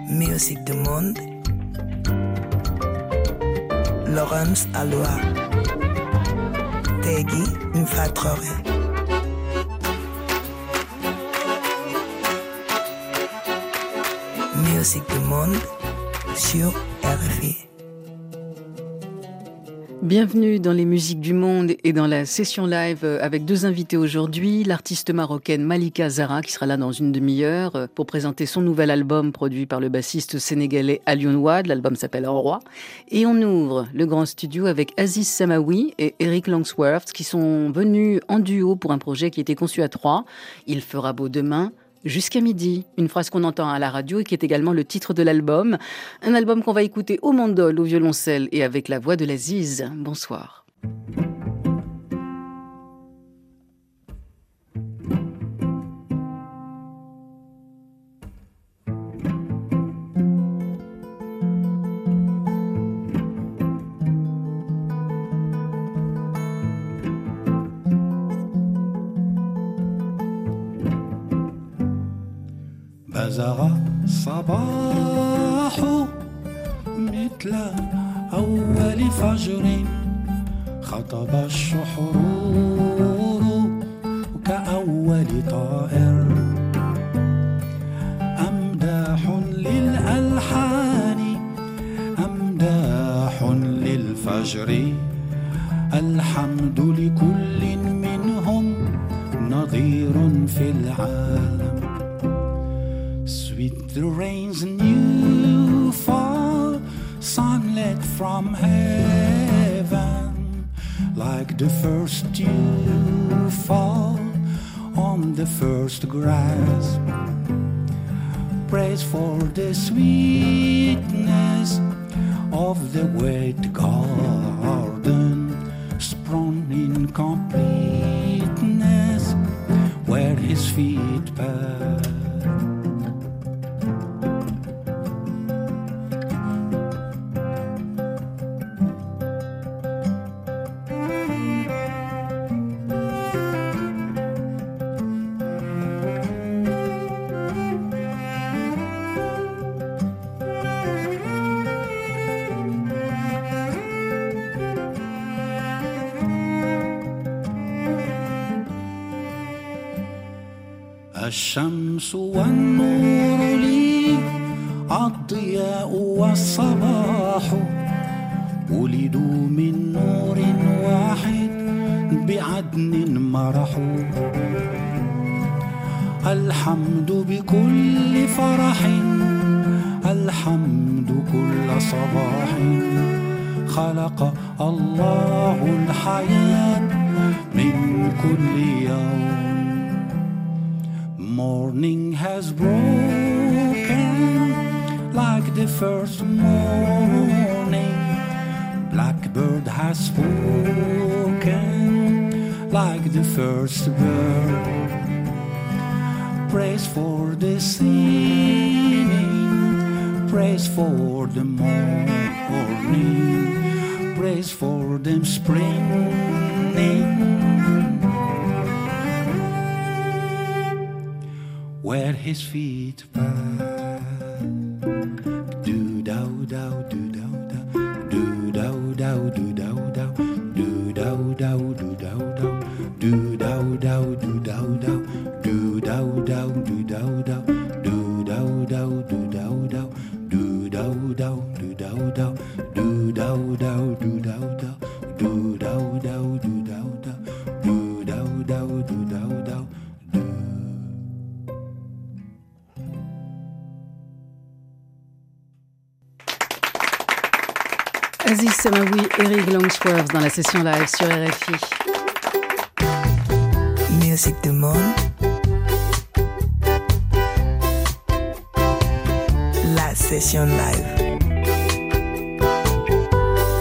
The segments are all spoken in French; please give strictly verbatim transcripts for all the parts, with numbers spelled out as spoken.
Musique du monde. Laurence Aloha. Tegui Mfatrore. Musique du monde sur R F I. Bienvenue dans les musiques du monde et dans la session live avec deux invités aujourd'hui. L'artiste marocaine Malika Zahra qui sera là dans une demi-heure pour présenter son nouvel album produit par le bassiste sénégalais Alioune Wade. L'album s'appelle En Roi. Et on ouvre le grand studio avec Aziz Samawi et Eric Longsworth qui sont venus en duo pour un projet qui était conçu à trois. Il fera beau demain. Jusqu'à midi, une phrase qu'on entend à la radio et qui est également le titre de l'album. Un album qu'on va écouter au mandol, au violoncelle et avec la voix de l'Aziz. Bonsoir. بزغ صباح مثل أول فجر خطب الشحور كأول طائر أمداح للألحان أمداح للفجر الحمد لكل منهم نظير في العالم. Sweet the rains new fall, sunlit from heaven, like the first dew fall on the first grass. Praise for the sweetness of the wet garden, sprung in completeness where his feet pass. الشمس والنور لي الضياء والصباح ولدوا من نور واحد بعدن مرحوا. الحمد بكل فرح الحمد كل صباح خلق الله الحياة من كل يوم. Morning has broken like the first morning. Blackbird has spoken like the first bird. Praise for the singing, praise for the morning, praise for them springing. Where his feet pass. Do dow dow do dow dow do dow dow do dow dow do dow dow do dow dow do dow dow do dow dow do dow dow do dow dow do dow dow do dow dow do dow dow do dow dow do dow dow do dow dow do dow dow do dow dow do dow dow do dow dow. Aziz Samawi, Eric Longsworth dans la session live sur R F I. Musique du monde. La session live.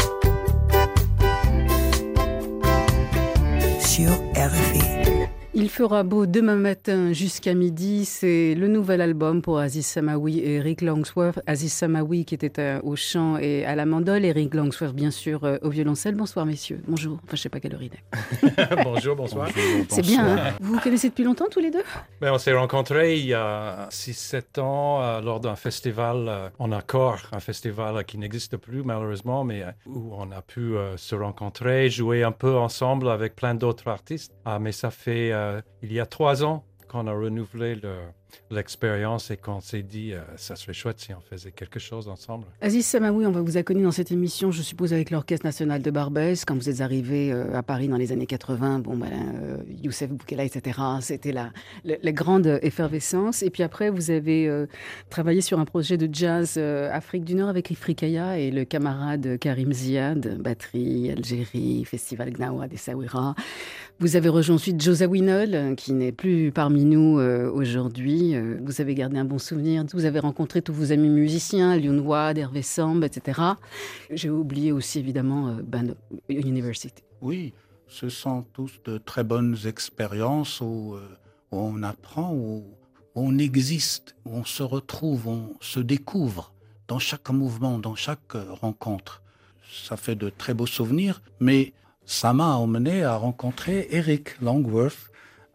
Sur R F I. Il fera beau demain matin jusqu'à midi, c'est le nouvel album pour Aziz Samaoui et Eric Longsworth. Aziz Samaoui qui était à, au chant et à la mandole, Eric Longsworth bien sûr euh, au violoncelle. Bonsoir messieurs, bonjour. Enfin je sais pas quelle heure il est. Bonjour, bonsoir. Bonjour, c'est bien, hein. Vous vous connaissez depuis longtemps tous les deux? Ben, on s'est rencontrés il y a six sept ans euh, lors d'un festival euh, en accord, un festival euh, qui n'existe plus malheureusement, mais euh, où on a pu euh, se rencontrer, jouer un peu ensemble avec plein d'autres artistes. Ah, mais ça fait euh, il y a trois ans qu'on a renouvelé le, l'expérience et qu'on s'est dit euh, ça serait chouette si on faisait quelque chose ensemble. Aziz Samaoui, on va vous a connu dans cette émission, je suppose, avec l'Orchestre National de Barbès. Quand vous êtes arrivé euh, à Paris dans les années quatre-vingts, bon, ben, euh, Youssef Boukela, et cetera, c'était la, la, la grande effervescence. Et puis après, vous avez euh, travaillé sur un projet de jazz euh, Afrique du Nord avec Ifrikaya et le camarade Karim Ziad, batterie, Algérie, Festival Gnawa d'Essaouira. Vous avez rejoint ensuite Josa Winol, qui n'est plus parmi nous euh, aujourd'hui. Euh, vous avez gardé un bon souvenir. Vous avez rencontré tous vos amis musiciens, Lyoun Wade, Hervé Samb, et cetera. J'ai oublié aussi, évidemment, euh, Band University. Oui, ce sont tous de très bonnes expériences où, euh, où on apprend, où, où on existe, où on se retrouve, on se découvre dans chaque mouvement, dans chaque euh, rencontre. Ça fait de très beaux souvenirs, mais ça m'a emmené à rencontrer Eric Longsworth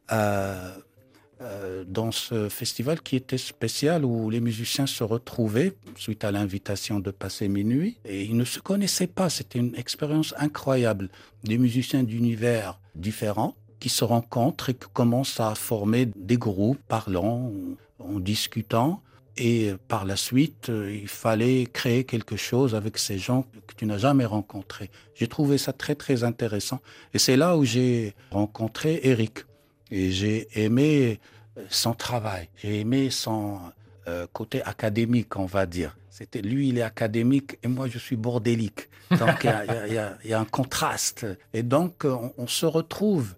euh, euh, dans ce festival qui était spécial où les musiciens se retrouvaient suite à l'invitation de passer minuit. Et ils ne se connaissaient pas, c'était une expérience incroyable. Des musiciens d'univers différents qui se rencontrent et qui commencent à former des groupes parlant, en discutant. Et par la suite, il fallait créer quelque chose avec ces gens que tu n'as jamais rencontrés. J'ai trouvé ça très, très intéressant. Et c'est là où j'ai rencontré Eric. Et j'ai aimé son travail. J'ai aimé son euh, côté académique, on va dire. C'était, lui, il est académique et moi, je suis bordélique. Donc, il y a, y a, y a un contraste. Et donc, on, on se retrouve.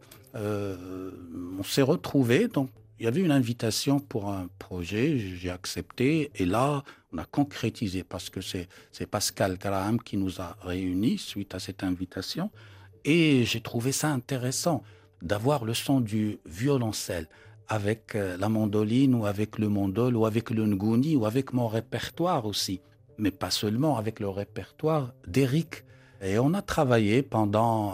Euh, on s'est retrouvés. Donc, il y avait une invitation pour un projet, j'ai accepté et là, on a concrétisé parce que c'est, c'est Pascal Graham qui nous a réunis suite à cette invitation et j'ai trouvé ça intéressant d'avoir le son du violoncelle avec la mandoline ou avec le mandol ou avec le ngouni ou avec mon répertoire aussi, mais pas seulement avec le répertoire d'Eric. Et on a travaillé pendant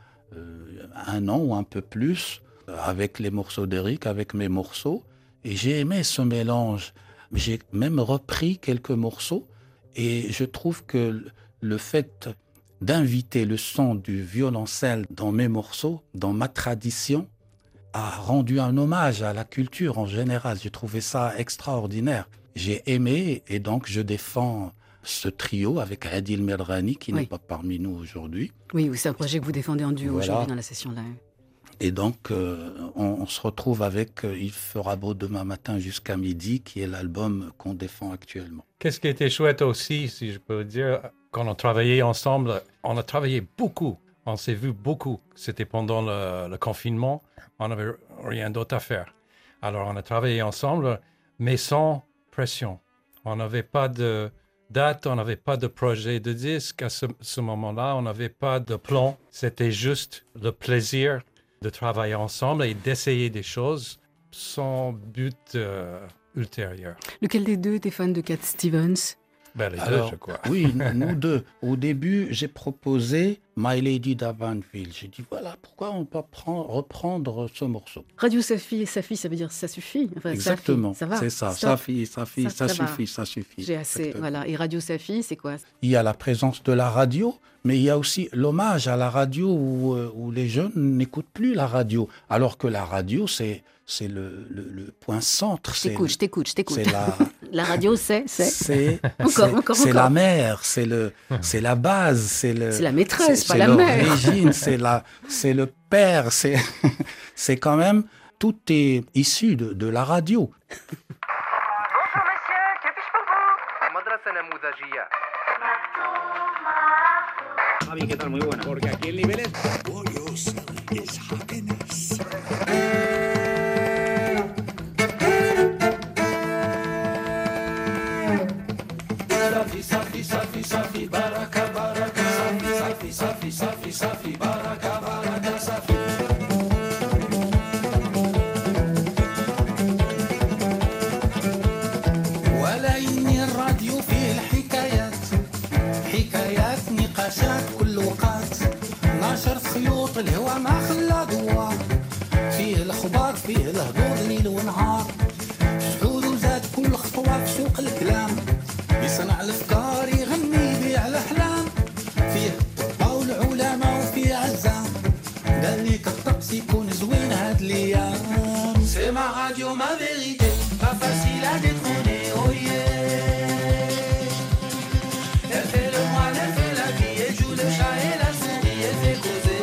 euh, un an ou un peu plus avec les morceaux d'Eric, avec mes morceaux. Et j'ai aimé ce mélange. J'ai même repris quelques morceaux. Et je trouve que le fait d'inviter le son du violoncelle dans mes morceaux, dans ma tradition, a rendu un hommage à la culture en général. J'ai trouvé ça extraordinaire. J'ai aimé et donc je défends ce trio avec Adil Medrani qui oui. n'est pas parmi nous aujourd'hui. Oui, c'est un projet que vous défendez en duo voilà. aujourd'hui dans la session live. Et donc, euh, on, on se retrouve avec euh, Il fera beau demain matin jusqu'à midi, qui est l'album qu'on défend actuellement. Qu'est-ce qui était chouette aussi, si je peux dire, quand on travaillait ensemble, on a travaillé beaucoup, on s'est vu beaucoup. C'était pendant le, le confinement, on n'avait rien d'autre à faire. Alors, on a travaillé ensemble, mais sans pression. On n'avait pas de date, on n'avait pas de projet de disque. À ce, ce moment-là, on n'avait pas de plan. C'était juste le plaisir de travailler ensemble et d'essayer des choses sans but euh, ultérieur. Lequel des deux était fan de Cat Stevens? Ben, les Alors, deux, je crois. Oui, nous deux. Au début, j'ai proposé My Lady d'Avanville. J'ai dit, voilà, pourquoi on ne peut pas reprendre ce morceau? Radio Safi, Safi, ça veut dire ça suffit. Enfin, exactement, Safi, ça va. C'est ça, Stop. Safi, Safi, ça, ça, ça suffit, va. ça suffit. J'ai assez, exactement. voilà. Et Radio Safi, c'est quoi? Il y a la présence de la radio, mais il y a aussi l'hommage à la radio où, où les jeunes n'écoutent plus la radio, alors que la radio, c'est... C'est le, le, le point centre. Je t'écoute, je t'écoute, je t'écoute. C'est la... la radio, c'est, c'est. C'est, encore, c'est, encore, c'est encore. la mère, c'est le, c'est la base, c'est le. C'est la maîtresse, c'est, pas c'est la mère. L'origine, c'est la, c'est le père, c'est, c'est quand même tout est issu de, de la radio. Bonjour monsieur, que puis-je pour vous? Madrasa Namoudajia. Ah, bien, ¿qué tal? Muy buena. Porque aquí el nivel es... Safi, safi, safi, safi, baraka, baraka, safi, safi, safi, safi, safi, baraka, baraka, safi. غني الراديو فيه الحكايات حكايات نقاشات كل وقات ناشر خيوط الهوى ما خلى دوار فيه الخبار فيه الهدور ليل ونهار شعور وزاد كل خطوة في سوق الكلام يصنع الافكار يغني بيع الاحلام فيه طباو العلماء وفيه عزام قال لي الطقس يكون زوين هاد الايام سي ما راديو ما فيريتي با فاسيل ا ديتروني او Elle fait le moine, elle fait la vie, elle joue le chat et la souris, elle fait causer.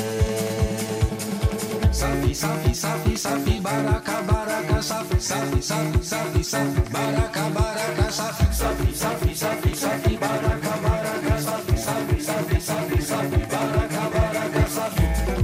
Safi, safi, safi, safi, baraka, baraka, safi, safi, safi, safi, safi, baraka, baraka, safi, safi, safi, safi, safi, baraka, baraka, safi, safi, safi, safi, safi, baraka, baraka, safi.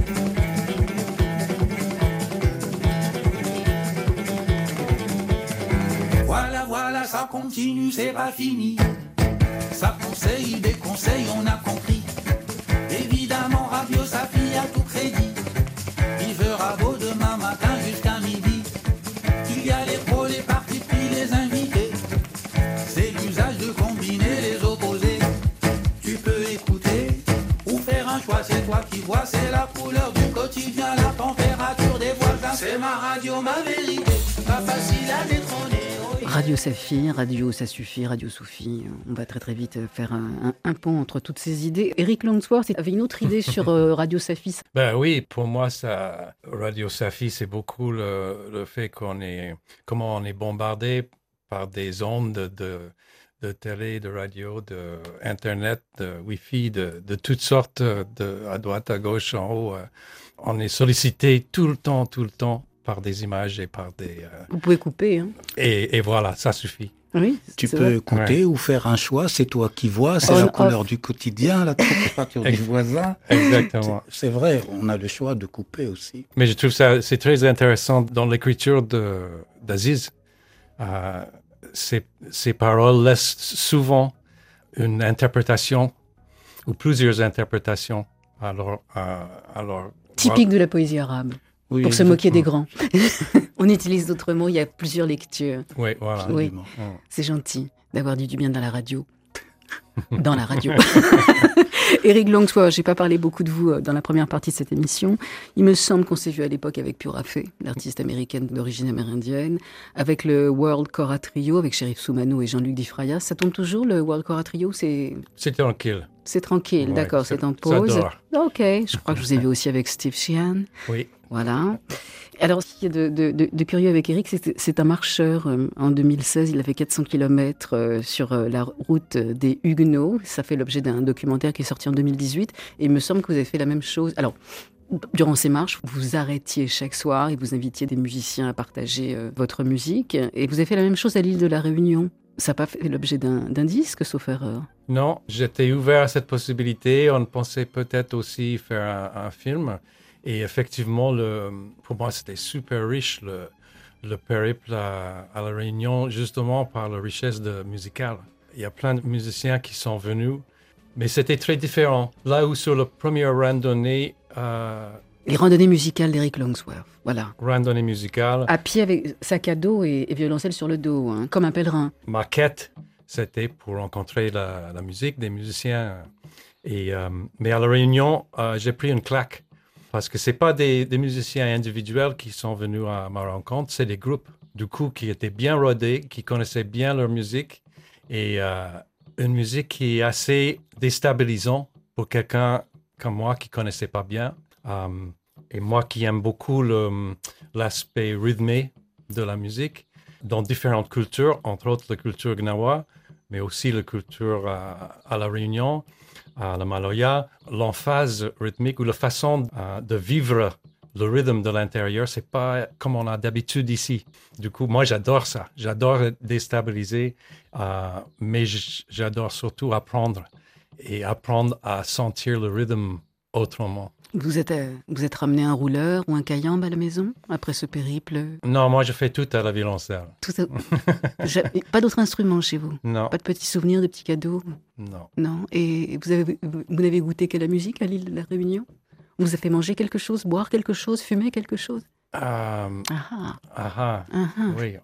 Voilà, voilà, ça continue, c'est pas fini. Ça conseille, des conseils, on a compris. Évidemment, Radio Safi a tout crédit. Il fera beau demain matin jusqu'à midi. Il y a les pros, les partis, puis les invités. C'est l'usage de combiner les opposés. Tu peux écouter ou faire un choix, c'est toi qui vois. C'est la couleur du quotidien, la température des voisins. C'est ma radio, ma vérité, pas facile à détrôner. Radio Safi, Radio Ça Suffit, Radio Soufi. On va très très vite faire un, un, un pont entre toutes ces idées. Eric Longsworth avait une autre idée sur euh, Radio Safi. Ben oui, pour moi, ça, Radio Safi, c'est beaucoup le, le fait qu'on est, comment on est bombardé par des ondes de, de, de télé, de radio, de Internet, de Wi-Fi, de, de toutes sortes, de, à droite, à gauche, en haut. On est sollicité tout le temps, tout le temps, par des images et par des... Euh... Vous pouvez couper. Hein. Et, et voilà, ça suffit. Oui, tu peux vrai. écouter ouais. ou faire un choix, c'est toi qui vois, c'est on la couleur off. Du quotidien, la température du voisin. Exactement. C'est, c'est vrai, on a le choix de couper aussi. Mais je trouve ça, c'est très intéressant dans l'écriture de, d'Aziz. Euh, ces, ces paroles laissent souvent une interprétation ou plusieurs interprétations. Alors, euh, alors, typique de la poésie arabe. Oui, pour se moquer des grands. On utilise d'autres mots, il y a plusieurs lectures. Oui, voilà. Oui. C'est gentil d'avoir dit du bien dans la radio. Dans la radio. Eric Longsworth, je n'ai pas parlé beaucoup de vous dans la première partie de cette émission. Il me semble qu'on s'est vu à l'époque avec Pura Fé, l'artiste américaine d'origine amérindienne, avec le World Kora Trio, avec Cherif Soumano et Jean-Luc Difraya. Ça tombe toujours, le World Kora Trio? C'est, c'est tranquille. C'est tranquille, ouais, d'accord, c'est, c'est en pause. Ok, je crois que je vous ai vu aussi avec Steve Sheehan. Oui. Voilà. Alors, ce qui est de, de, de, de curieux avec Eric, c'est que c'est un marcheur. En deux mille seize, il a fait quatre cents kilomètres sur la route des Huguenots. Ça fait l'objet d'un documentaire qui est sorti en deux mille dix-huit. Et il me semble que vous avez fait la même chose. Alors, durant ces marches, vous vous arrêtiez chaque soir et vous invitiez des musiciens à partager votre musique. Et vous avez fait la même chose à l'île de la Réunion. Ça n'a pas fait l'objet d'un, d'un disque, sauf erreur? Non, j'étais ouvert à cette possibilité. On pensait peut-être aussi faire un, un film. Et effectivement, le, pour moi, c'était super riche, le, le périple à, à La Réunion, justement par la richesse de, musicale. Il y a plein de musiciens qui sont venus, mais c'était très différent. Là où sur la première randonnée... Euh, Les randonnées musicales d'Eric Longsworth, voilà. Randonnée musicale. À pied avec sac à dos et, et violoncelle sur le dos, hein, comme un pèlerin. Ma quête, c'était pour rencontrer la, la musique, des musiciens. Et, euh, mais à La Réunion, euh, j'ai pris une claque. Parce que ce n'est pas des, des musiciens individuels qui sont venus à ma rencontre, c'est des groupes, du coup, qui étaient bien rodés, qui connaissaient bien leur musique. Et euh, une musique qui est assez déstabilisante pour quelqu'un comme moi qui ne connaissait pas bien. Um, et moi qui aime beaucoup le, l'aspect rythmé de la musique dans différentes cultures, entre autres la culture gnawa, mais aussi la culture à, à La Réunion, à la Maloya, l'emphase rythmique ou la façon euh, de vivre le rythme de l'intérieur, c'est pas comme on a d'habitude ici. Du coup, moi, j'adore ça. J'adore déstabiliser, euh, mais j'adore surtout apprendre et apprendre à sentir le rythme autrement. Vous êtes, euh, vous êtes ramené un rouleur ou un cayambe à la maison après ce périple? Non, moi je fais tout à la violoncelle. Tout à... Pas d'autres instruments chez vous? Non. Pas de petits souvenirs, de petits cadeaux? Non. Non. Et vous, avez, vous n'avez goûté qu'à la musique à l'île de la Réunion? On vous a fait manger quelque chose, boire quelque chose, fumer quelque chose? euh... Ah ah. Ah, ah. oui.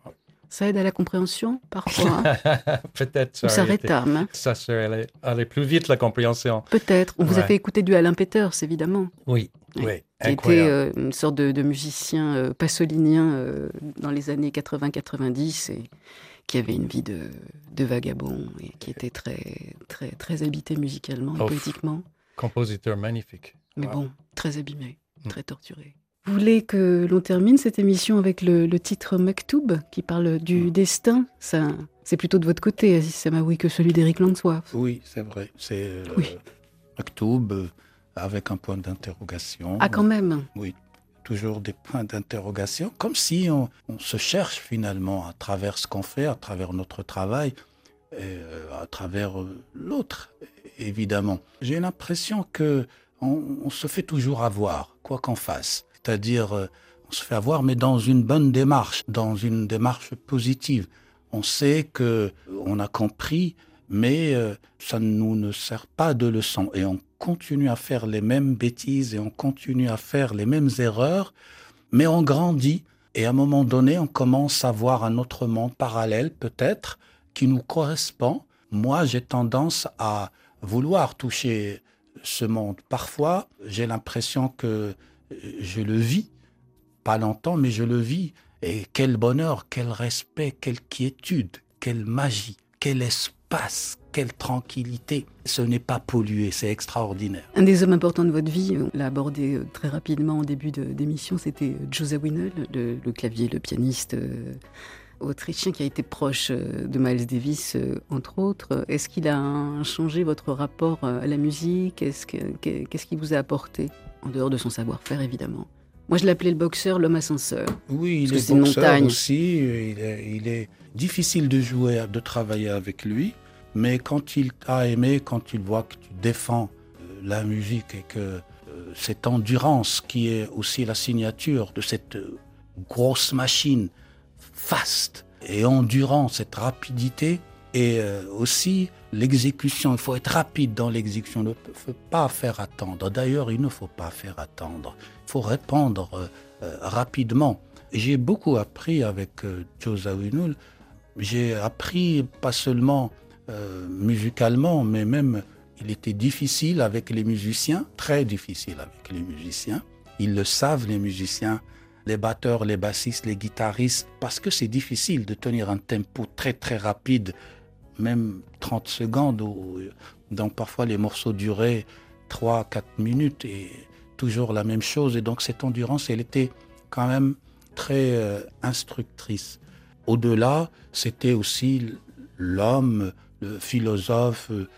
Ça aide à la compréhension, parfois. Hein. Peut-être ça, Ou ça aurait été- rétame. Hein. ça serait allé, aller plus vite, la compréhension. Peut-être. On vous a Ouais. fait écouter du Alain Peters, évidemment. Oui, Oui. oui, Qui était incroyable. euh, une sorte de, de musicien euh, pasolinien euh, dans les années quatre-vingts quatre-vingt-dix et qui avait une vie de, de vagabond et qui était très, très, très habité musicalement et Oh. poétiquement. Compositeur magnifique. Mais Wow. bon, très abîmé, Mm. très torturé. Vous voulez que l'on termine cette émission avec le, le titre Maktoub, qui parle du Mm. destin. Ça, c'est plutôt de votre côté, Aziz Samaoui, que celui d'Éric Langsworth. Oui, c'est vrai. C'est euh, Oui. Maktoub euh, avec un point d'interrogation. Ah, quand même. Oui, toujours des points d'interrogation, comme si on, on se cherche finalement à travers ce qu'on fait, à travers notre travail, et euh, à travers euh, l'autre, évidemment. J'ai l'impression que on, on se fait toujours avoir, quoi qu'on fasse. C'est-à-dire, euh, on se fait avoir, mais dans une bonne démarche, dans une démarche positive. On sait que on a compris, mais euh, ça ne nous ne sert pas de leçon. Et on continue à faire les mêmes bêtises et on continue à faire les mêmes erreurs, mais on grandit. Et à un moment donné, on commence à voir un autre monde parallèle, peut-être, qui nous correspond. Moi, j'ai tendance à vouloir toucher ce monde. Parfois, j'ai l'impression que je le vis, pas longtemps, mais je le vis. Et quel bonheur, quel respect, quelle quiétude, quelle magie, quel espace, quelle tranquillité. Ce n'est pas pollué, c'est extraordinaire. Un des hommes importants de votre vie, on l'a abordé euh, très rapidement en début de- d'émission, c'était euh, Joe Zawinul, le, le clavier, le pianiste euh, autrichien qui a été proche euh, de Miles Davis, euh, entre autres. Est-ce qu'il a un- changé votre rapport euh, à la musique? Est-ce que, que- Qu'est-ce qu'il vous a apporté? En dehors de son savoir-faire, évidemment. Moi, je l'appelais le boxeur, l'homme ascenseur. Oui, Parce il que est c'est une boxeur montagne. aussi. Il est, il est difficile de jouer, de travailler avec lui. Mais quand il t'a aimé, quand il voit que tu défends euh, la musique et que euh, cette endurance qui est aussi la signature de cette euh, grosse machine faste et endurant, cette rapidité et euh, aussi l'exécution. Il faut être rapide dans l'exécution, il ne faut pas faire attendre. D'ailleurs, il ne faut pas faire attendre. Il faut répondre euh, euh, rapidement. J'ai beaucoup appris avec euh, Joe Zawinul. J'ai appris pas seulement euh, musicalement, mais même il était difficile avec les musiciens, très difficile avec les musiciens. Ils le savent, les musiciens, les batteurs, les bassistes, les guitaristes, parce que c'est difficile de tenir un tempo très très rapide, même trente secondes, ou, donc parfois les morceaux duraient trois à quatre minutes et toujours la même chose. Et donc cette endurance, elle était quand même très euh, instructrice. Au-delà, c'était aussi l'homme, le philosophe euh,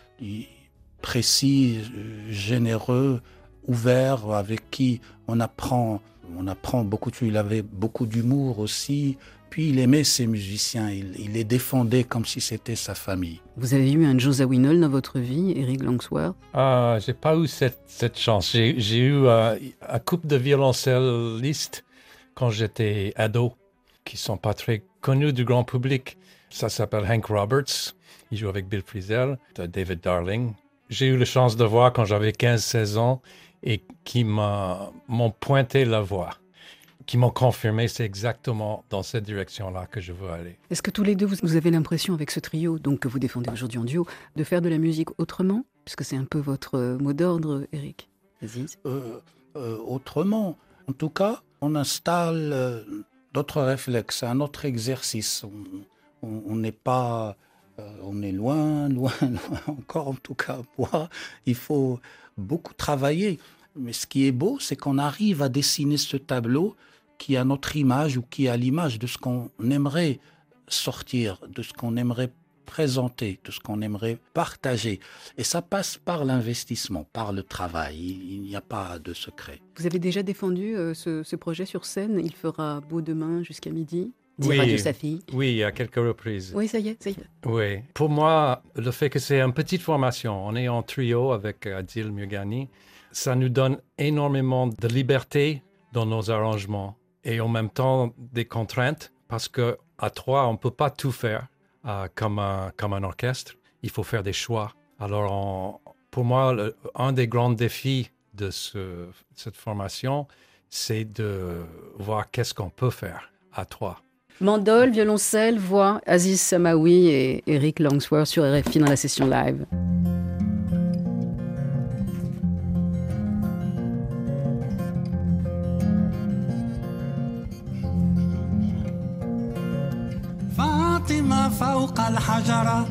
précis, euh, généreux, ouvert, avec qui on apprend, on apprend beaucoup de choses. Il avait beaucoup d'humour aussi. Puis il aimait ses musiciens, il, il les défendait comme si c'était sa famille. Vous avez eu un Joe Zawinul dans votre vie, Eric Langsworth? Ah, j'ai pas eu cette, cette chance. J'ai, j'ai eu euh, un couple de violoncellistes quand j'étais ado, qui sont pas très connus du grand public. Ça s'appelle Hank Roberts. Il joue avec Bill Frisell, David Darling. J'ai eu la chance de voir quand j'avais quinze seize ans et qui m'a, m'ont pointé la voie, qui m'ont confirmé c'est exactement dans cette direction-là que je veux aller. Est-ce que tous les deux, vous, vous avez l'impression, avec ce trio donc, que vous défendez aujourd'hui en duo, de faire de la musique autrement? Puisque c'est un peu votre euh, mot d'ordre, Eric. Aziz. Euh, euh, autrement, en tout cas, on installe euh, d'autres réflexes, un autre exercice. On n'est pas... Euh, on est loin, loin, loin encore, en tout cas moi. Il faut beaucoup travailler. Mais ce qui est beau, c'est qu'on arrive à dessiner ce tableau qui a notre image ou qui a l'image de ce qu'on aimerait sortir, de ce qu'on aimerait présenter, de ce qu'on aimerait partager. Et ça passe par l'investissement, par le travail. Il, il n'y a pas de secret. Vous avez déjà défendu euh, ce, ce projet sur scène. Il fera beau demain jusqu'à midi. Dit Oui. Radio Safi. Oui, à quelques reprises. Oui, ça y est, ça y est. Oui. Pour moi, le fait que c'est une petite formation, on est en trio avec Adil Mugani, ça nous donne énormément de liberté dans nos arrangements et en même temps des contraintes parce qu'à trois, on ne peut pas tout faire euh, comme, un, comme un orchestre. Il faut faire des choix. Alors, on, pour moi, le, un des grands défis de ce, cette formation, c'est de voir qu'est-ce qu'on peut faire à trois. Mandol, violoncelle, voix, Aziz Samaoui et Eric Longsworth sur R F I dans la session live. فاطمة فوق الحجرة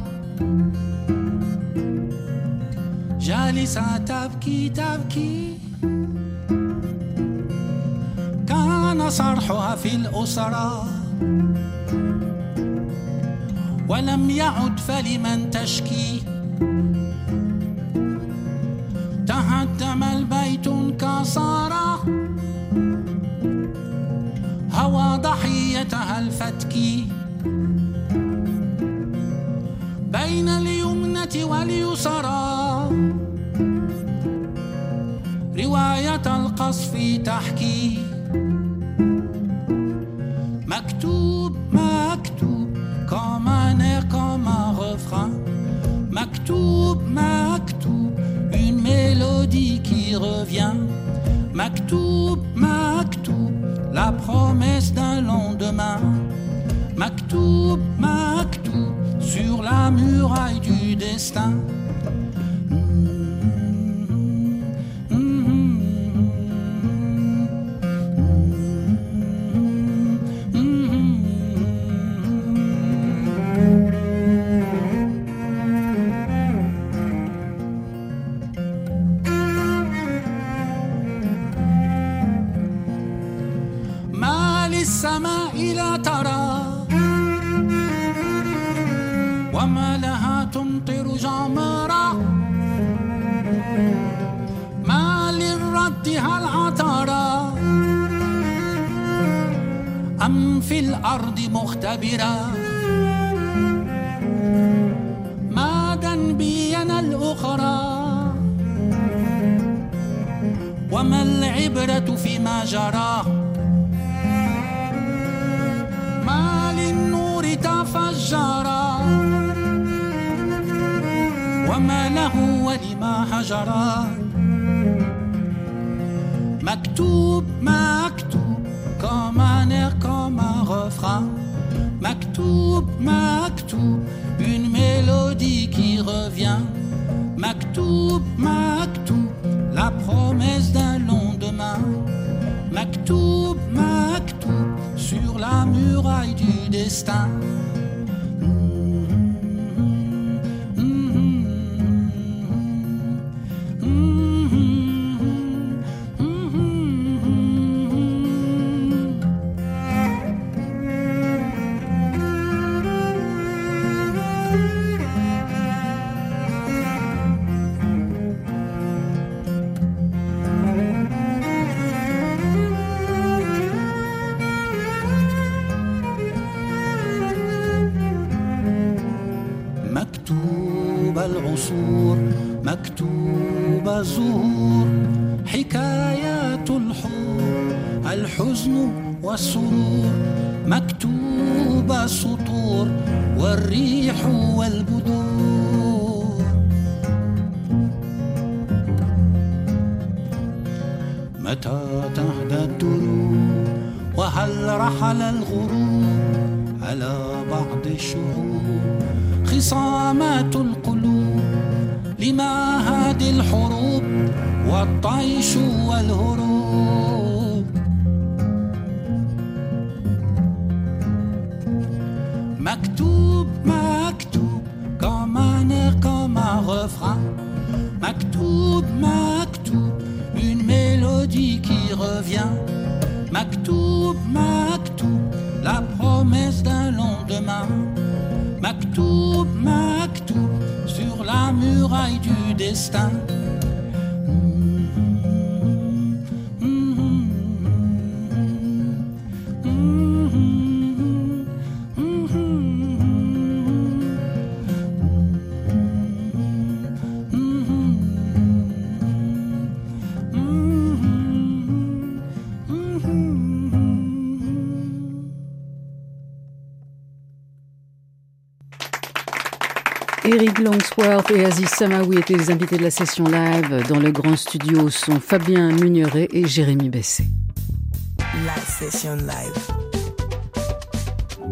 جالسة تبكي تبكي كان صرحها في الأسرة ولم يعد فلمن تشكي تهدم البيت انكسر هوى ضحيتها الفتكي بين اليمنة واليسرى رواية القصف تحكي مكتوب مكتوب comme un air, comme un refrain مكتوب مكتوب une mélodie qui revient مكتوب مكتوب la promesse d'un lendemain مكتوب مكتوب sur la muraille du destin. ما للسماء لا ترى وما لها تمطر جمرة ما للرد هل عطرة أم في الأرض مختبرة ما ذنبينا الأخرى وما العبرة فيما جرى ما للنور تفجرا وما له ولما هجرا مكتوب مكتوب comme un air, comme un refrain مكتوب مكتوب une mélodie qui revient مكتوب مكتوب la promesse d'un lendemain مكتوب مكتوب sur la muraille du destin. مكتوب العصور مكتوب الزهور حكايات الحور الحزن والسرور مكتوب السطور والريح والبذور متى تهدى الدروب وهل رحل الغروب على بعض الشعوب خصامات القلوب لما هذه الحروب والطيش والهروب مكتوب مكتوب comme un air, comme un refrain مكتوب مكتوب une mélodie qui revient مكتوب مكتوب la promesse d'un lendemain مكتوب مكتوب sur la muraille du destin. Eric Longsworth et Aziz Samaoui étaient les invités de la session live. Dans le grand studio sont Fabien Mugneret et Jérémy Besset. La session live.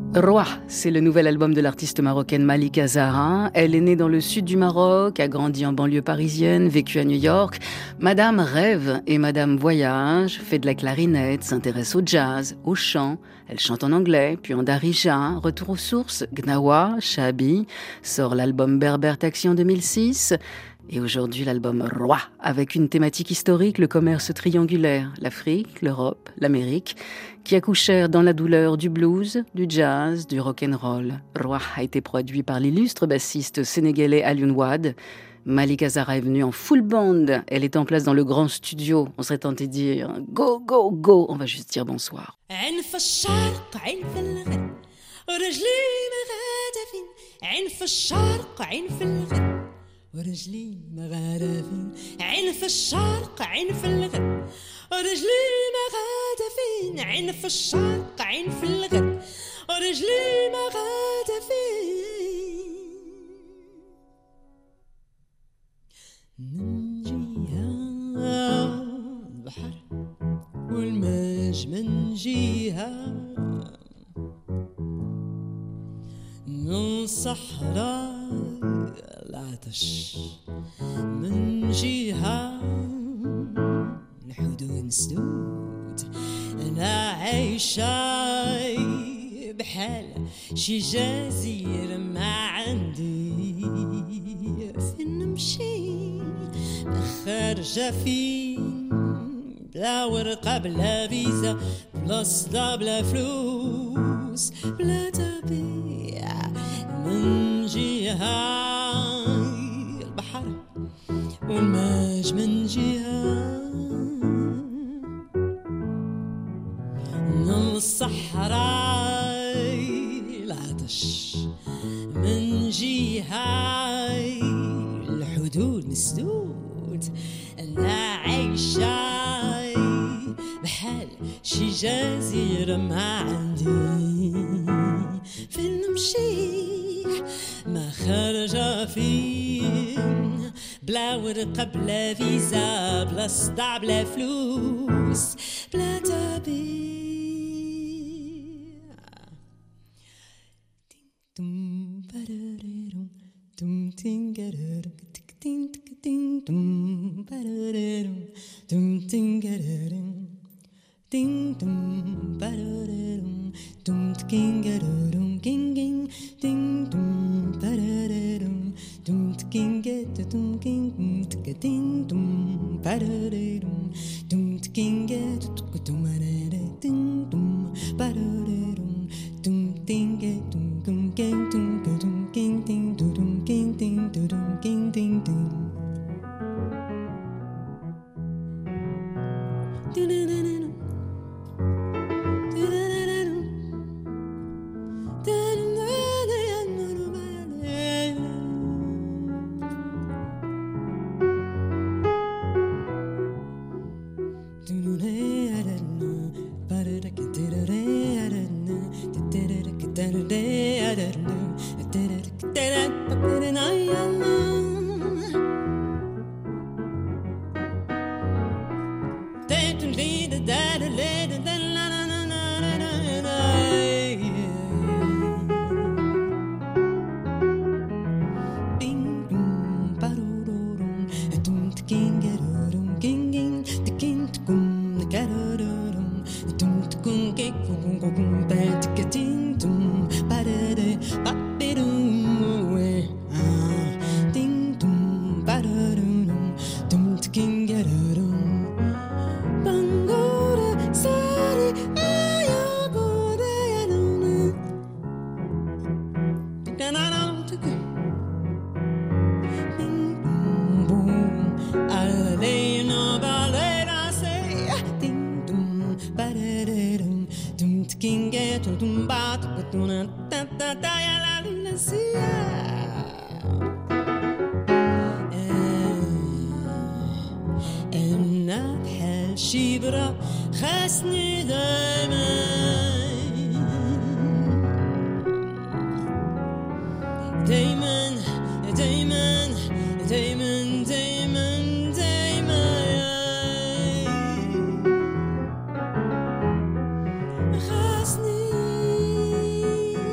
Roi, c'est le nouvel album de l'artiste marocaine Malika Zahra. Elle est née dans le sud du Maroc, a grandi en banlieue parisienne, vécu à New York. Madame rêve et Madame voyage, fait de la clarinette, s'intéresse au jazz, au chant. Elle chante en anglais, puis en darija, retour aux sources, Gnawa, Shabi, sort l'album Berber Taxi en deux mille six. Et aujourd'hui, l'album Roi, avec une thématique historique, le commerce triangulaire, l'Afrique, l'Europe, l'Amérique, qui accouchèrent dans la douleur du blues, du jazz, du rock'n'roll. Roi a été produit par l'illustre bassiste sénégalais Alioune Wade. Malika Zahra est venue en full band. Elle est en place dans le grand studio. On serait tenté de dire go, go, go. On va juste dire bonsoir. ورجلي مغادفين عين في الشرق عين في الغرب ورجلي مغادفين عين في الشرق عين في الغرب ورجلي مغادفين ننجيها البحر والماج من جيها من صحراء العطش من جهة الحدود مسدود أنا عايشة بحال شي جزيرة ما عندي فين نمشي خارجة فين بلا ورقة بلا فيزا بلا صدا بلا فلوس بلا تبيع من جهة البحر والماج من جهة من الصحراء العطش من جهة الحدود مسدود أنا عايشة بحال شي جزيرة ما عندي فين نمشي ما خرج فين بلا ورقة بلا فيزا بلا صداع بلا فلوس بلا تبيع تم برررم تم تنجررم تكتين تكتين تم برررم تم تنجررم تين تم برررم تم تكينجررم كينجين تين تم برررم تم تكينجت تم كين تكتين تم برررم تم تكينجت تم برررم تين تم برررم تم تينجت تم كم كين تم كتم كين تين تم كين تين تم كين تين تم خاصني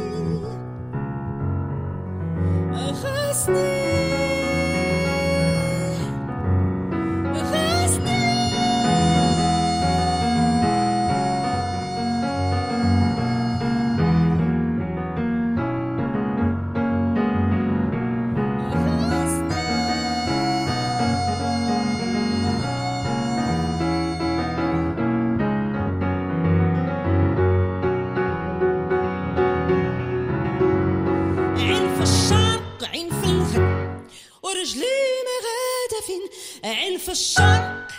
عين في الشرق عين في الغرب ورجلي ما غادا فين عين في الشرق.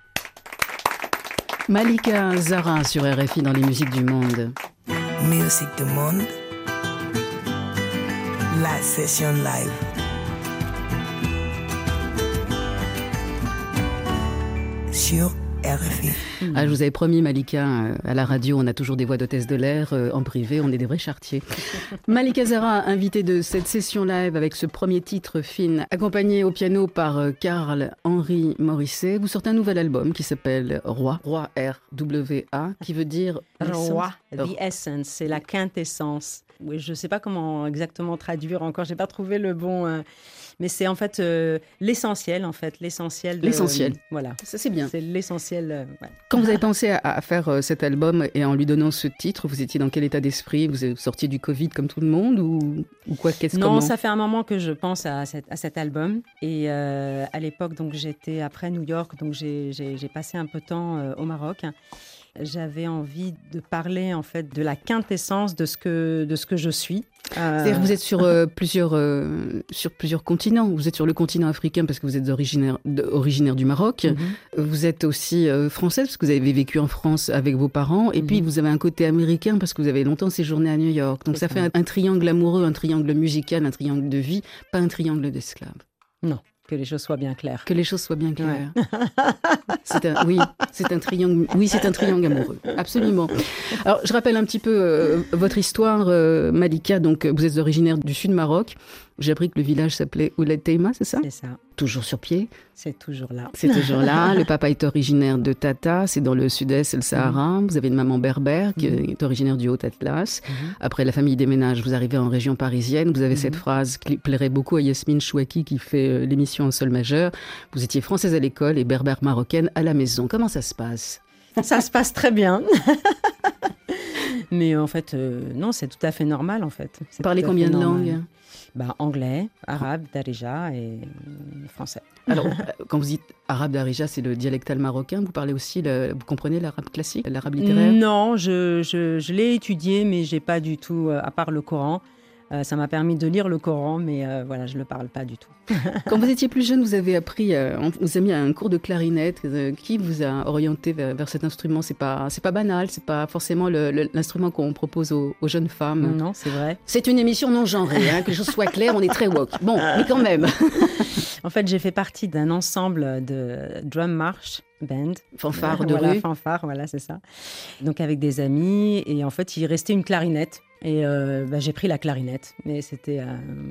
Malika Zara sur R F I dans les musiques du monde. Musique du monde. La session live. Sur R F I. Ah, je vous avais promis, Malika, euh, à la radio, on a toujours des voix d'hôtesse de l'air. Euh, en privé, on est des vrais charretiers. Malika Zara, invitée de cette session live avec ce premier titre, Fine, accompagnée au piano par euh, Carl-Henri Morisset. Vous sortez un nouvel album qui s'appelle Roi, Roi R W A, qui veut dire... Roi, l'essence. the essence, c'est la quintessence. Oui, je ne sais pas comment exactement traduire encore, je n'ai pas trouvé le bon... euh, mais c'est en fait euh, l'essentiel, en fait, l'essentiel. De, L'essentiel. Euh, voilà. Ça, c'est bien. C'est l'essentiel. Euh, ouais. Quand vous avez pensé à, à faire euh, cet album et en lui donnant ce titre, vous étiez dans quel état d'esprit? Vous êtes sorti du Covid comme tout le monde ou, ou quoi? Qu'est-ce Non, comment ça fait un moment que je pense à, cette, à cet album. Et euh, à l'époque, donc j'étais après New York, donc j'ai, j'ai, j'ai passé un peu de temps euh, au Maroc. J'avais envie de parler en fait de la quintessence de ce que, de ce que je suis. Euh, C'est-à-dire que vous êtes sur, euh, plusieurs, euh, sur plusieurs continents. Vous êtes sur le continent africain parce que vous êtes originaire, de, originaire du Maroc. Mm-hmm. Vous êtes aussi euh, française parce que vous avez vécu en France avec vos parents. Et Mm-hmm. puis vous avez un côté américain parce que vous avez longtemps séjourné à New York. Donc C'est ça, ça. fait un, un triangle amoureux, un triangle musical, un triangle de vie, pas un triangle d'esclaves. Non, que les choses soient bien claires. Que les choses soient bien claires. C'est un, oui, c'est un triangle. Oui, c'est un triangle amoureux. Absolument. Alors, je rappelle un petit peu euh, votre histoire, euh, Malika. Donc, vous êtes originaire du sud Maroc. J'ai appris que le village s'appelait Ouled Teima, c'est ça? C'est ça, Toujours sur pied. c'est toujours là. C'est toujours là. Le papa est originaire de Tata, c'est dans le sud-est, c'est le Sahara. Vous avez une maman berbère qui Mhm. est originaire du Haut-Atlas. Mhm. Après, la famille déménage, vous arrivez en région parisienne. Vous avez cette phrase qui plairait beaucoup à Yasmine Chouaki qui fait euh, l'émission en sol majeur. Vous étiez française à l'école et berbère marocaine à la maison. Comment ça se passe? Ça se passe très bien. Mais en fait, euh, non, c'est tout à fait normal en fait. C'est Vous parlez tout à combien fait de normal. langues? Bah, anglais, arabe, darija et euh, français. Alors, euh, quand vous dites arabe d'Arija, c'est le dialectal marocain. Vous parlez aussi, le, vous comprenez l'arabe classique, l'arabe littéraire? Non, je, je, je l'ai étudié, mais j'ai pas du tout, euh, à part le Coran. Euh, ça m'a permis de lire le Coran, mais euh, voilà, je le parle pas du tout. Quand vous étiez plus jeune, vous avez appris, euh, on vous a mis à un cours de clarinette. Euh, qui vous a orienté vers, vers cet instrument? C'est pas, c'est pas banal, c'est pas forcément le- le- l'instrument qu'on propose aux, aux jeunes femmes. Non, c'est vrai. C'est une émission non genrée, hein, que les choses soient claires, on est très woke. Bon, mais quand même. En fait, j'ai fait partie d'un ensemble de drum march band. Fanfare de voilà, rue. fanfare, voilà, c'est ça. Donc avec des amis, et en fait, il restait une clarinette. Et euh, bah, j'ai pris la clarinette. Mais c'était, euh,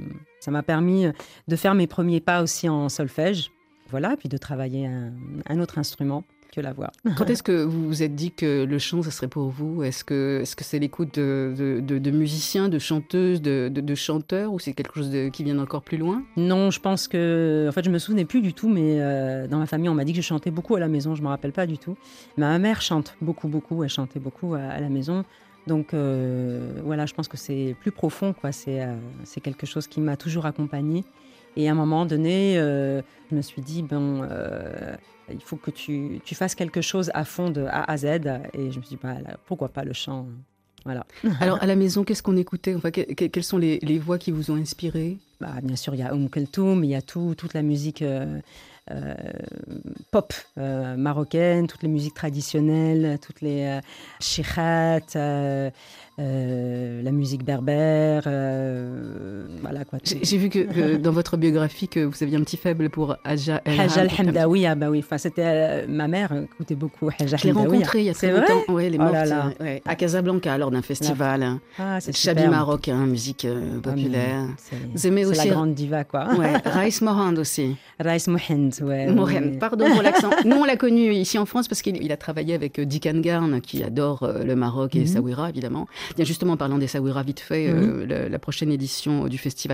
ça m'a permis de faire mes premiers pas aussi en solfège. Voilà, puis de travailler un, un autre instrument que la voix. Quand est-ce que vous vous êtes dit que le chant, ça serait pour vous? Est-ce que est-ce que c'est l'écoute de, de, de, de musiciens, de chanteuses, de, de, de chanteurs, ou c'est quelque chose de, qui vient encore plus loin? Non, je pense que... En fait, je me souvenais plus du tout, mais euh, dans ma famille, on m'a dit que je chantais beaucoup à la maison. Je me rappelle pas du tout. Mais ma mère chante beaucoup, beaucoup. Elle chantait beaucoup à, à la maison. Donc, euh, voilà, je pense que c'est plus profond, quoi. C'est, euh, c'est quelque chose qui m'a toujours accompagnée. Et à un moment donné, euh, je me suis dit, bon, euh, il faut que tu, tu fasses quelque chose à fond de A à Z. Et je me suis dit, bah, là, pourquoi pas le chant? Voilà. Alors, à la maison, qu'est-ce qu'on écoutait? Enfin, que- que- quelles sont les, les voix qui vous ont inspiré? Bah, bien sûr, il y a Oum Keltoum, il y a tout, toute la musique euh, euh, pop euh, marocaine, toutes les musiques traditionnelles, toutes les euh, chikhat, euh, euh, la musique berbère, euh, voilà quoi. J'ai j'ai vu que, que dans votre biographie, que vous aviez un petit faible pour Hadja El Haja Ham. al-Hamdawiya, bah oui, enfin c'était euh, ma mère écoutait beaucoup Haja Je l'ai al-Hamdawiya. rencontrée il y a C'est très vrai. longtemps. Ouais, elle est Oh morte là là. euh, ouais, à Casablanca lors d'un festival. hein. Ah, c'est Chabi superbe. marocain, musique euh, Ah, mais populaire. c'est- Vous aimez c'est aussi- la grande diva quoi. Ouais, Raïs Mohand aussi. Raïs Mohand, ouais. Mohen, ouais. pardon pour l'accent. Nous, on l'a connu ici en France parce qu'il il a travaillé avec euh, Dick Angarn, qui adore euh, le Maroc et Mhm. Essaouira, évidemment. Bien, justement, en parlant d'Essaouira, vite fait, euh, la, la prochaine édition du festival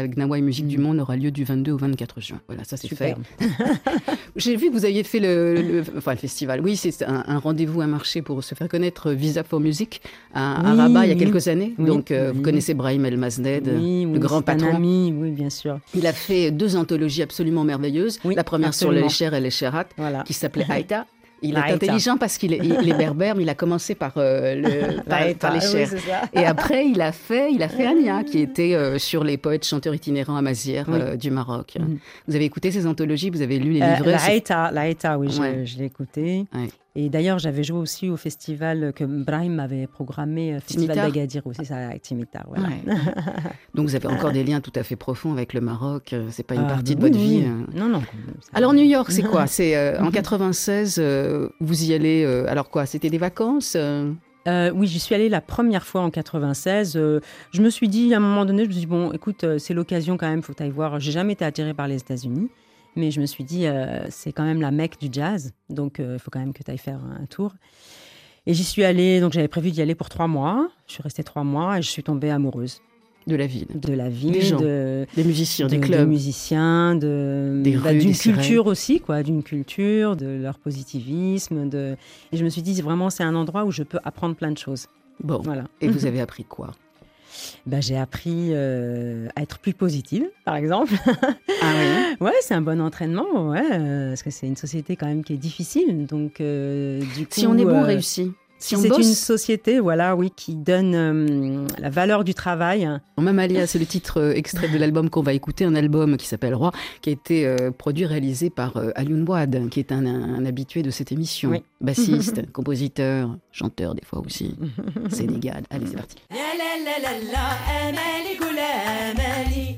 festival Gnawa et Musique du Monde aura lieu du vingt-deux au vingt-quatre juin. Voilà, ça c'est Super. fait. J'ai vu que vous aviez fait le, le, enfin, le festival. Oui, c'est un, un rendez-vous, un marché pour se faire connaître, Visa for Music, à, à Oui, Rabat il y a oui. quelques années. Oui, Donc, euh, oui. vous connaissez Brahim El Masned, Oui, le oui, grand c'est un patron. ami, oui, bien sûr. Il a fait deux anthologies absolument merveilleuses. Oui, La première absolument. sur les Cher et les Cherat, Voilà. qui s'appelait Aïta. Il La est Aïta. intelligent parce qu'il est, il est berbère, mais il a commencé par, euh, le, par, Aïta, par les oui, Cher. c'est ça. Et après, il a fait, il a fait Ania, qui était euh, sur les poètes chanteurs itinérants amazières Oui. euh, du Maroc. Mhm. Vous avez écouté ces anthologies, vous avez lu les Euh, livrets. la c'est- Haïta, la Haïta, oui, je, Ouais. je l'ai écouté. Ouais. Et d'ailleurs, j'avais joué aussi au festival que Brahim avait programmé, euh, Festival Timitar. d'Agadir aussi, ça, avec Timitar, voilà. Ouais. Donc vous avez encore des liens tout à fait profonds avec le Maroc. euh, C'est pas une Ah, partie de oui, votre oui. vie. euh. Non, non. ça- Alors New York, c'est quoi? C'est euh, en quatre-vingt-seize. euh, vous y allez. euh, alors quoi? C'était des vacances euh Euh, oui, j'y suis allée la première fois en quatre-vingt-seize. Euh, je me suis dit, à un moment donné, je me suis dit, bon, écoute, euh, c'est l'occasion quand même, faut que tu ailles voir. J'ai jamais été attirée par les États-Unis, mais je me suis dit, euh, c'est quand même la Mecque du jazz, donc il faut quand même que tu ailles faire un tour. Et j'y suis allée, donc j'avais prévu d'y aller pour trois mois. Je suis restée trois mois et je suis tombée amoureuse de la ville, de la ville, Des gens, de, des musiciens, de- des des clubs. musiciens, de, Des bah, rues, d'une des sirènes. culture aussi, quoi, d'une culture, de leur positivisme. De... Et je me suis dit, vraiment, c'est un endroit où je peux apprendre plein de choses. Bon. Voilà. Et vous avez appris quoi? Ben, j'ai appris euh, à être plus positive, par exemple. Ah oui. Ouais, c'est un bon entraînement, ouais, euh, parce que c'est une société quand même qui est difficile. Donc, euh, du coup, Si on est bon, on euh, réussit. Si on c'est bosse, une société, voilà, oui, qui donne euh, la valeur du travail. Mamalia, c'est le titre euh, extrait de l'album qu'on va écouter, un album qui s'appelle Roi, qui a été euh, produit, réalisé par euh, Alioune Wade, qui est un, un habitué de cette émission. Oui. Bassiste, compositeur, chanteur des fois aussi. Sénégal. Allez, c'est parti. يا لا لا لا لا امالي قول امالي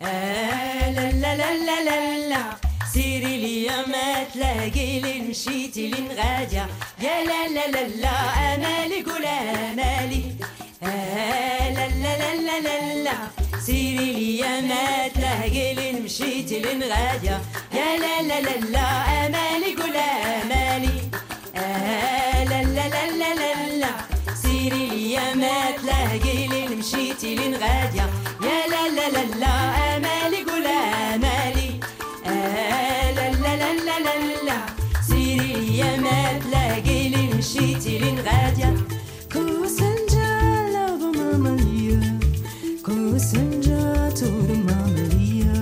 آه لا لا لا لا لا لا سيري لي ما تلاقي لي مشيتي لين غادية يا لا لا لا لا امالي قول امالي آه لا لا لا لا لا لا سيري لي ما تلاقي لي مشيتي لين غادية يا لا لا لا لا امالي قول امالي آه لا لا لا لا لا لا سيري لي ما تلاقي لين مشيتي لين غادية يا لا لا لا لا امالي قول امالي آه لا لا لا لا لا لا سيري لي ما تلاقي لين مشيتي لين غادية كوسنجا لو ماماليا كوسنجا تور ماماليا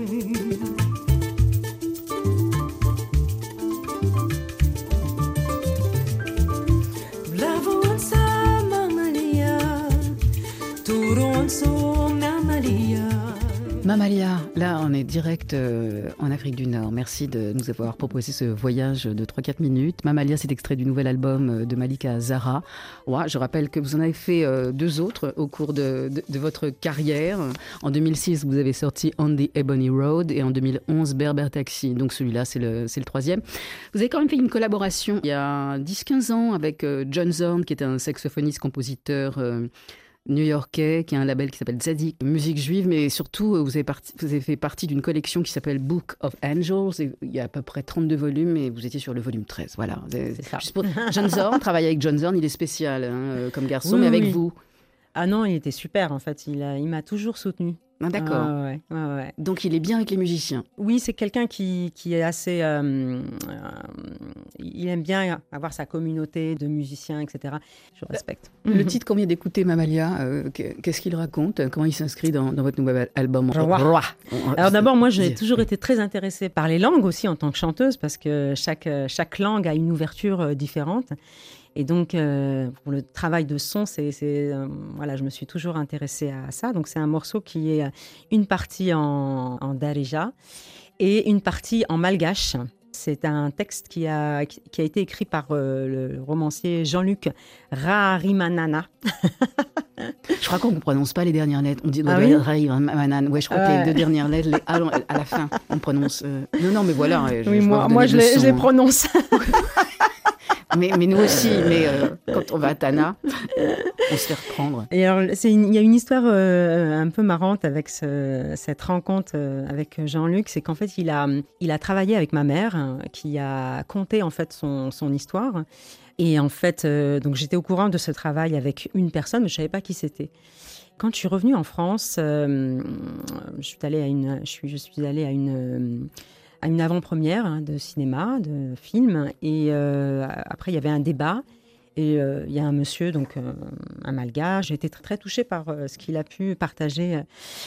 Mamalia, là on est direct euh, en Afrique du Nord. Merci de nous avoir proposé ce voyage de trois à quatre minutes. Mamalia, c'est extrait du nouvel album de Malika Zahra. Ouais, je rappelle que vous en avez fait euh, deux autres au cours de, de, de votre carrière. En deux mille six, vous avez sorti On the Ebony Road et en deux mille onze, Berber Taxi. Donc celui-là, c'est le, c'est le troisième. Vous avez quand même fait une collaboration il y a dix à quinze ans avec euh, John Zorn, qui est un saxophoniste, compositeur euh, new-yorkais, qui a un label qui s'appelle Tzadik, musique juive, mais surtout, vous avez, parti, vous avez fait partie d'une collection qui s'appelle Book of Angels. Et il y a à peu près trente-deux volumes et vous étiez sur le volume treize. Voilà. C'est ça. Juste pour... John Zorn, travailler avec John Zorn, il est spécial hein, comme garçon, Oui, mais avec oui. vous. Ah non, il était super, en fait. Il, a, il m'a toujours soutenue. Ah, d'accord. Ah, ouais, ouais, ouais. Donc, il est bien avec les musiciens. Oui, c'est quelqu'un qui, qui est assez... euh, euh, il aime bien avoir sa communauté de musiciens, et cetera. Je respecte. Le titre qu'on vient d'écouter, Mamalia, euh, qu'est-ce qu'il raconte? Comment il s'inscrit dans, dans votre nouvel album Roi. Roi. Alors d'abord, moi, j'ai Dis- toujours été très intéressée par les langues aussi en tant que chanteuse, parce que chaque, chaque langue a une ouverture euh, différente. Et donc, euh, pour le travail de son, c'est, c'est, euh, voilà, je me suis toujours intéressée à ça. Donc, c'est un morceau qui est une partie en, en darija et une partie en malgache. C'est un texte qui a, qui a été écrit par euh, le romancier Jean-Luc Raharimanana. Je crois qu'on ne prononce pas les dernières lettres. On dit Ah oui Manan. Ouais, je crois que Ouais. les deux dernières lettres, les à, à la fin, on prononce. euh, Non, non, mais voilà. euh, Je, Oui, je vais moi, vous moi donner je, des les, je les leçons. prononce. mais, mais nous aussi. Mais euh, quand on va à Tana, on se fait reprendre. Et alors, c'est une- il y a une histoire euh, un peu marrante avec ce- cette rencontre euh, avec Jean-Luc, c'est qu'en fait, il a, il a travaillé avec ma mère, hein, qui a conté en fait son, son histoire. Et en fait, euh, donc j'étais au courant de ce travail avec une personne, mais je savais pas qui c'était. Quand je suis revenue en France, euh, je suis allée à une, je suis, je suis allée à une, à une avant-première hein, de cinéma, de film. Et euh, après, il y avait un débat. Et euh, il y a un monsieur, donc euh, un malgache. J'ai été très, très touchée par euh, ce qu'il a pu partager.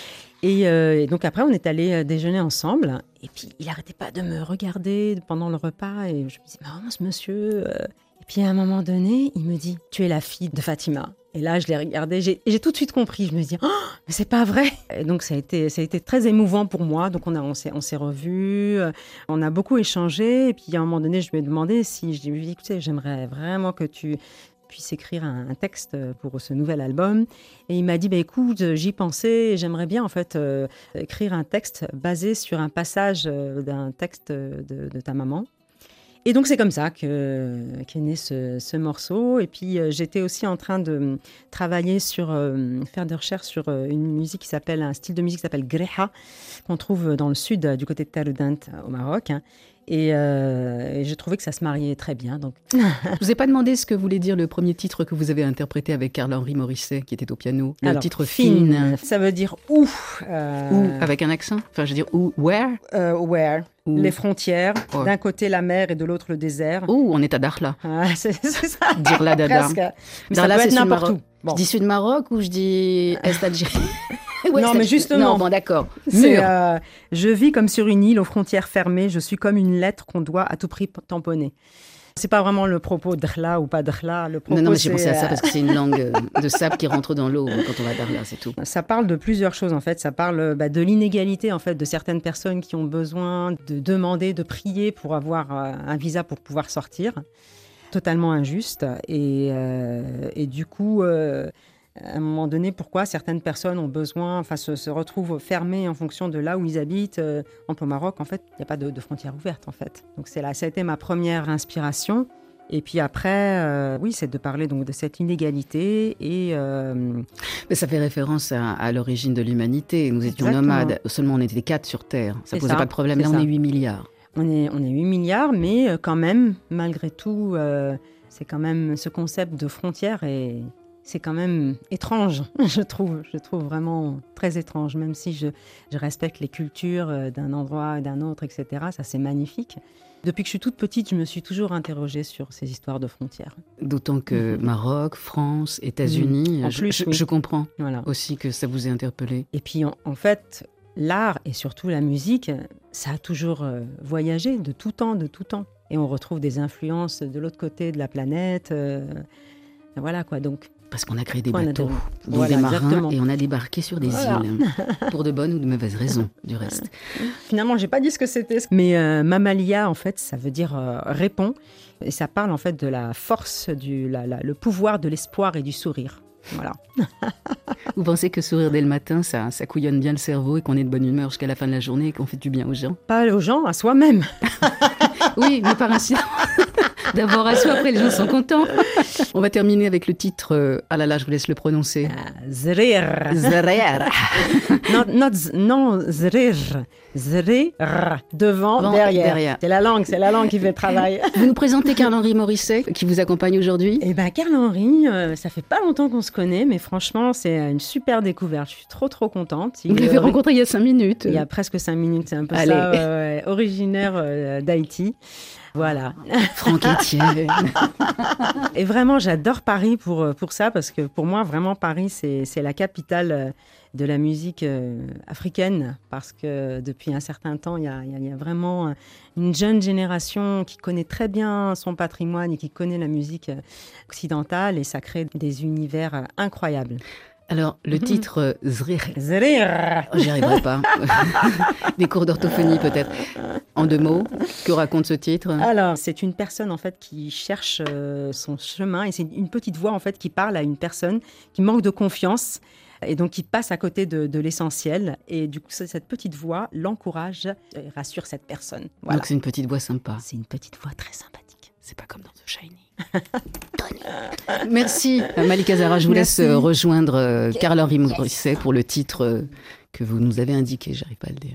Et, euh, et donc après, on est allés déjeuner ensemble. Et puis, il n'arrêtait pas de me regarder pendant le repas. Et je me disais, mais vraiment, ce monsieur... euh... Et puis, à un moment donné, il me dit, tu es la fille de Fatima. Et là, je l'ai regardé, j'ai, j'ai tout de suite compris. Je me dis, oh, mais c'est pas vrai. Et donc, ça a été, ça a été très émouvant pour moi. Donc, on, a, on, s'est, on s'est revus, on a beaucoup échangé. Et puis, à un moment donné, je lui ai demandé si, je lui ai dit, écoutez, j'aimerais vraiment que tu puisses écrire un, un texte pour ce nouvel album. Et il m'a dit, bah, écoute, j'y pensais, et j'aimerais bien, en fait, euh, écrire un texte basé sur un passage d'un texte de, de ta maman. Et donc, c'est comme ça que, qu'est né ce, ce morceau. Et puis, euh, j'étais aussi en train de travailler sur, euh, faire des recherches sur euh, une musique qui s'appelle, un style de musique qui s'appelle Greha, qu'on trouve dans le sud, du côté de Taroudant, au Maroc. Hein. Et, euh, et j'ai trouvé que ça se mariait très bien. Donc. Je ne vous ai pas demandé ce que voulait dire le premier titre que vous avez interprété avec Carl-Henri Morisset, qui était au piano. Le Alors, titre Fine. Fine. Ça veut dire où euh... Où, avec un accent. Enfin, je veux dire, où, where euh, Where Où. Les frontières. Oh. D'un côté la mer et de l'autre le désert. Où on est à Dakhla. Ah, c'est, c'est ça. Dirla Dada. Presque. Mais Darla, ça peut c'est être sud n'importe Maroc. où. Bon. Je dis sud Maroc ou je dis est Algérie. Ouais, non, c'est... mais justement. Non, bon, d'accord. C'est, Mur. euh, je vis comme sur une île aux frontières fermées. Je suis comme une lettre qu'on doit à tout prix tamponner. C'est pas vraiment le propos d'Dakhla ou pas Dakhla. Le propos, non, non, mais j'ai c'est, pensé à ça euh, parce que c'est une langue de sable qui rentre dans l'eau quand on va à Dakhla, c'est tout. Ça parle de plusieurs choses en fait. Ça parle bah, de l'inégalité en fait de certaines personnes qui ont besoin de demander, de prier pour avoir euh, un visa pour pouvoir sortir. Totalement injuste. Et, euh, et du coup, euh, à un moment donné, pourquoi certaines personnes ont besoin, enfin se, se retrouvent fermées en fonction de là où ils habitent. Euh, au Maroc, en fait, il n'y a pas de, de frontières ouvertes en fait. Donc c'est là, ça a été ma première inspiration. Et puis après, euh, oui, c'est de parler donc de cette inégalité et... Euh... Mais ça fait référence à, à l'origine de l'humanité. Nous étions Exactement. nomades, seulement on était quatre sur Terre. Ça C'est posait ça, pas de problème. c'est Là, on ça. est huit milliards. On est, on est huit milliards, mais quand même, malgré tout, euh, c'est quand même ce concept de frontière et c'est quand même étrange, je trouve. Je trouve vraiment très étrange, même si je, je respecte les cultures d'un endroit et d'un autre, et cetera. Ça, c'est magnifique. Depuis que je suis toute petite, je me suis toujours interrogée sur ces histoires de frontières. D'autant que Mhm. Maroc, France, États-Unis, Mhm. En je, plus, je- oui. je comprends Voilà. aussi que ça vous ait interpellé. Et puis, en, en fait, l'art et surtout la musique, ça a toujours euh, voyagé de tout temps, de tout temps. Et on retrouve des influences de l'autre côté de la planète. euh, voilà quoi, donc... Parce qu'on a créé des Point bateaux, d'interrogation. dont Voilà, des marins, exactement. et on a débarqué sur des Voilà. îles, pour de bonnes ou de mauvaises raisons, du reste. Finalement, j'ai pas dit ce que c'était. Mais euh, Mamalia, en fait, ça veut dire euh, répond. Et ça parle en fait de la force, du, la, la- le pouvoir de l'espoir et du sourire. Voilà. Vous pensez que sourire dès le matin, ça, ça couillonne bien le cerveau et qu'on est de bonne humeur jusqu'à la fin de la journée et qu'on fait du bien aux gens? Pas aux gens, à soi-même. Oui, mais par incident. D'abord à soi, après les gens sont contents. On va terminer avec le titre, euh, ah là là, je vous laisse le prononcer. Zrir. Zrer. Non, not z- non, zrir. Zrir. Devant, Devant, derrière. derrière. C'est la langue, c'est la langue qui fait le travail. Vous nous présentez Carl-Henri Morisset, qui vous accompagne aujourd'hui. Eh ben, Carl-Henri, euh, ça fait pas longtemps qu'on se connaît, mais franchement, c'est une super découverte. Je suis trop, trop contente. Vous Il est l'avez ori- rencontré il y a cinq minutes. Il y a presque cinq minutes, c'est un peu Allez. ça. ouais, ouais. Originaire euh, d'Haïti. Voilà. Franck Etienne. Et vraiment, j'adore Paris pour, euh, pour ça, parce que pour moi, vraiment, Paris, c'est, c'est la capitale euh, de la musique euh, africaine, parce que depuis un certain temps, il y a, il y a- il y a vraiment euh, une jeune génération qui connaît très bien son patrimoine et qui connaît la musique euh, occidentale, et ça crée des univers euh, incroyables. Alors, le titre euh, Zrir. Zrir. Oh, j'y arriverai pas. Des cours d'orthophonie peut-être. En deux mots, que raconte ce titre? Alors, c'est une personne en fait qui cherche euh, son chemin, et c'est une petite voix en fait qui parle à une personne qui manque de confiance et donc qui passe à côté de, de l'essentiel. Et du coup, c'est- cette petite voix l'encourage et rassure cette personne. Voilà. Donc c'est une petite voix sympa. C'est une petite voix très sympathique. C'est pas comme dans The Shining. Merci Malika Zara, je vous Merci. laisse euh, rejoindre euh, Carl-Henri Morisset pour le titre euh, que vous nous avez indiqué, j'arrive pas à le dire.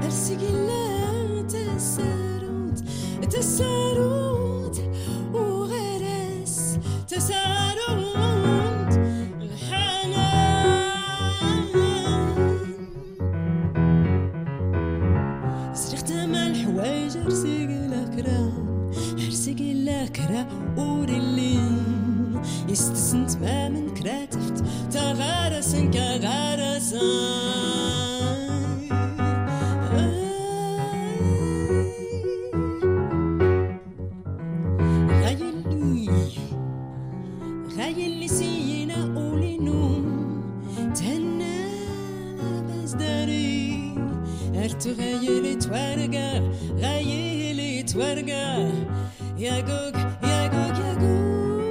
أرسقلها تساروت تساروت وغرس تساروت الحنان سرقت مع الحوايج أرسقلها كرا أرسقلها كرا ورلين يستسنت ما من كراتفت تغارسن كغارسن غايل سينا أولينو تهنا بس داري أرتو غايل تورقا غايل تورقا يا جوج يا جوج يا جوج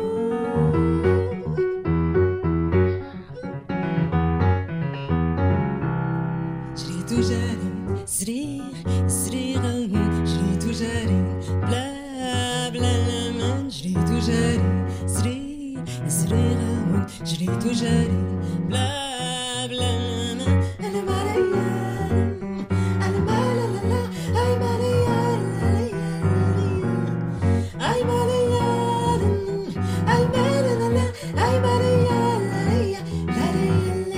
جريتو جاري زريغ زريغ جريتو جاري بلا بلا لمن جريتو جاري زريغ زريغ جريتو جاري بلا بلا لمن أنا ماليا أنا مالا لا لا أي ماليا أي ماليا أي مالا لا لا أي ماليا لا لا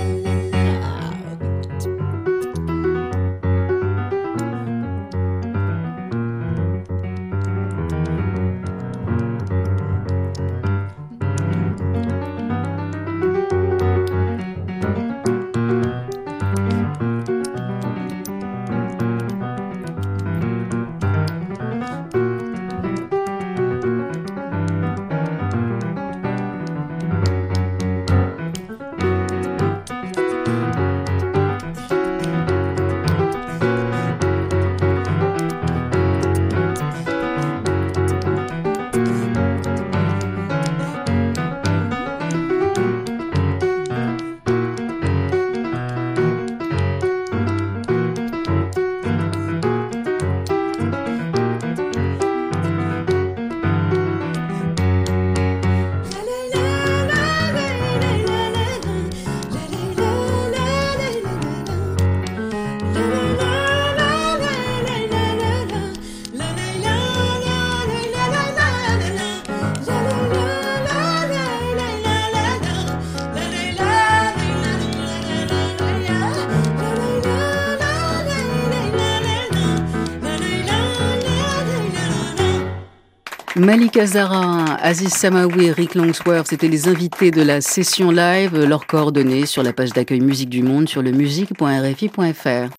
Malika Zahra, Aziz Samaoui et Rick Longsworth étaient les invités de la session live. Leurs coordonnées sur la page d'accueil Musique du Monde sur le musique point r f i point f r.